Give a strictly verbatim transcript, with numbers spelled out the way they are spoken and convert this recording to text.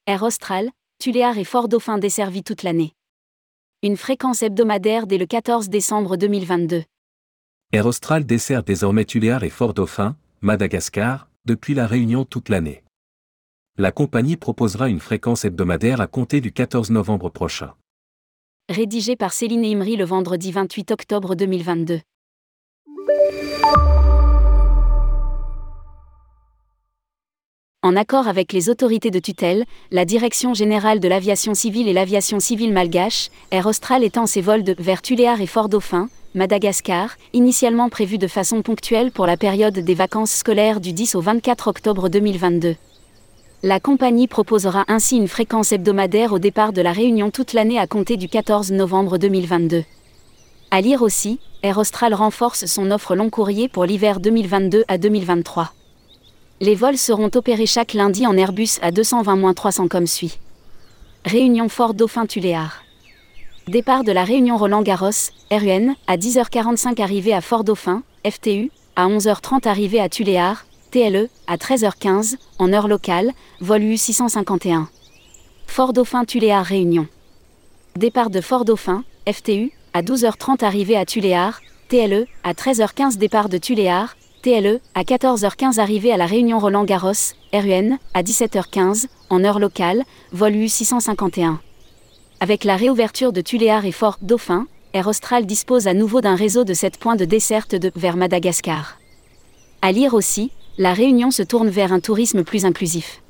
Air Austral, Tuléar et Fort-Dauphin desservis toute l'année. Une fréquence hebdomadaire dès le quatorze décembre deux mille vingt-deux. Air Austral dessert désormais Tuléar et Fort-Dauphin, Madagascar, depuis La Réunion toute l'année. La compagnie proposera une fréquence hebdomadaire à compter du quatorze novembre prochain. Rédigé par Céline Imri le vendredi vingt-huit octobre deux mille vingt-deux. En accord avec les autorités de tutelle, la Direction générale de l'aviation civile et l'aviation civile malgache, Air Austral étend ses vols de vers Tuléar et Fort-Dauphin, Madagascar, initialement prévus de façon ponctuelle pour la période des vacances scolaires du dix au vingt-quatre octobre deux mille vingt-deux. La compagnie proposera ainsi une fréquence hebdomadaire au départ de La Réunion toute l'année à compter du quatorze novembre deux mille vingt-deux. À lire aussi, Air Austral renforce son offre long courrier pour l'hiver deux mille vingt-deux à deux mille vingt-trois. Les vols seront opérés chaque lundi en Airbus A deux cent vingt trois cents comme suit. Réunion Fort-Dauphin Tuléar. Départ de la Réunion Roland-Garros, R U N, à dix heures quarante-cinq arrivée à Fort-Dauphin, F T U, à onze heures trente arrivée à Tuléar, T L E, à treize heures quinze, en heure locale, vol U six cent cinquante et un. Fort-Dauphin Tuléar Réunion. Départ de Fort-Dauphin, F T U, à douze heures trente arrivée à Tuléar, T L E, à treize heures quinze départ de Tuléar, T L E, à quatorze heures quinze arrivée à la Réunion Roland-Garros, R U N, à dix-sept heures quinze, en heure locale, vol U six cent cinquante et un. Avec la réouverture de Tuléar et Fort-Dauphin, Air Austral dispose à nouveau d'un réseau de sept points de desserte de vers Madagascar. À lire aussi, La Réunion se tourne vers un tourisme plus inclusif.